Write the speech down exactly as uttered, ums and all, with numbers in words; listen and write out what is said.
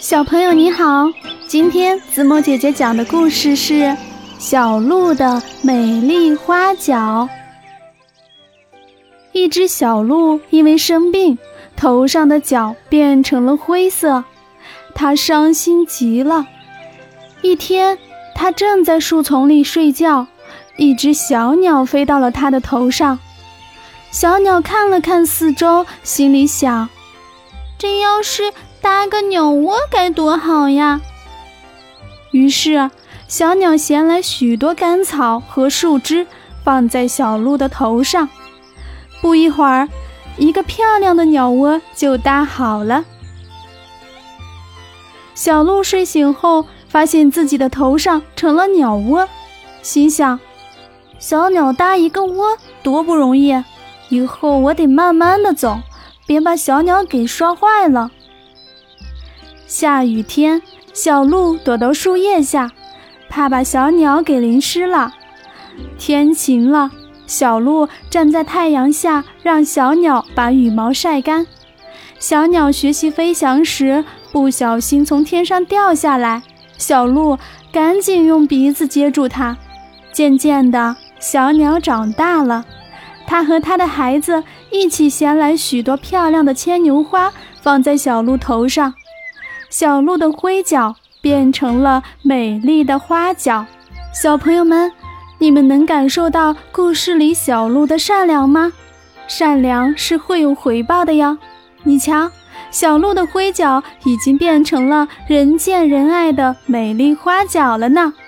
小朋友你好，今天子墨姐姐讲的故事是小鹿的美丽花脚。一只小鹿因为生病，头上的角变成了灰色，它伤心极了。一天，它正在树丛里睡觉，一只小鸟飞到了它的头上。小鸟看了看四周，心里想，这要是搭个鸟窝该多好呀。于是小鸟衔来许多干草和树枝，放在小鹿的头上。不一会儿，一个漂亮的鸟窝就搭好了。小鹿睡醒后，发现自己的头上成了鸟窝，心想，小鸟搭一个窝多不容易，以后我得慢慢的走，别把小鸟给摔坏了。下雨天，小鹿躲到树叶下，怕把小鸟给淋湿了。天晴了，小鹿站在太阳下，让小鸟把羽毛晒干。小鸟学习飞翔时，不小心从天上掉下来，小鹿赶紧用鼻子接住它。渐渐的，小鸟长大了，它和它的孩子一起衔来许多漂亮的牵牛花，放在小鹿头上。小鹿的灰角变成了美丽的花角。小朋友们，你们能感受到故事里小鹿的善良吗？善良是会有回报的哟。你瞧，小鹿的灰角已经变成了人见人爱的美丽花角了呢。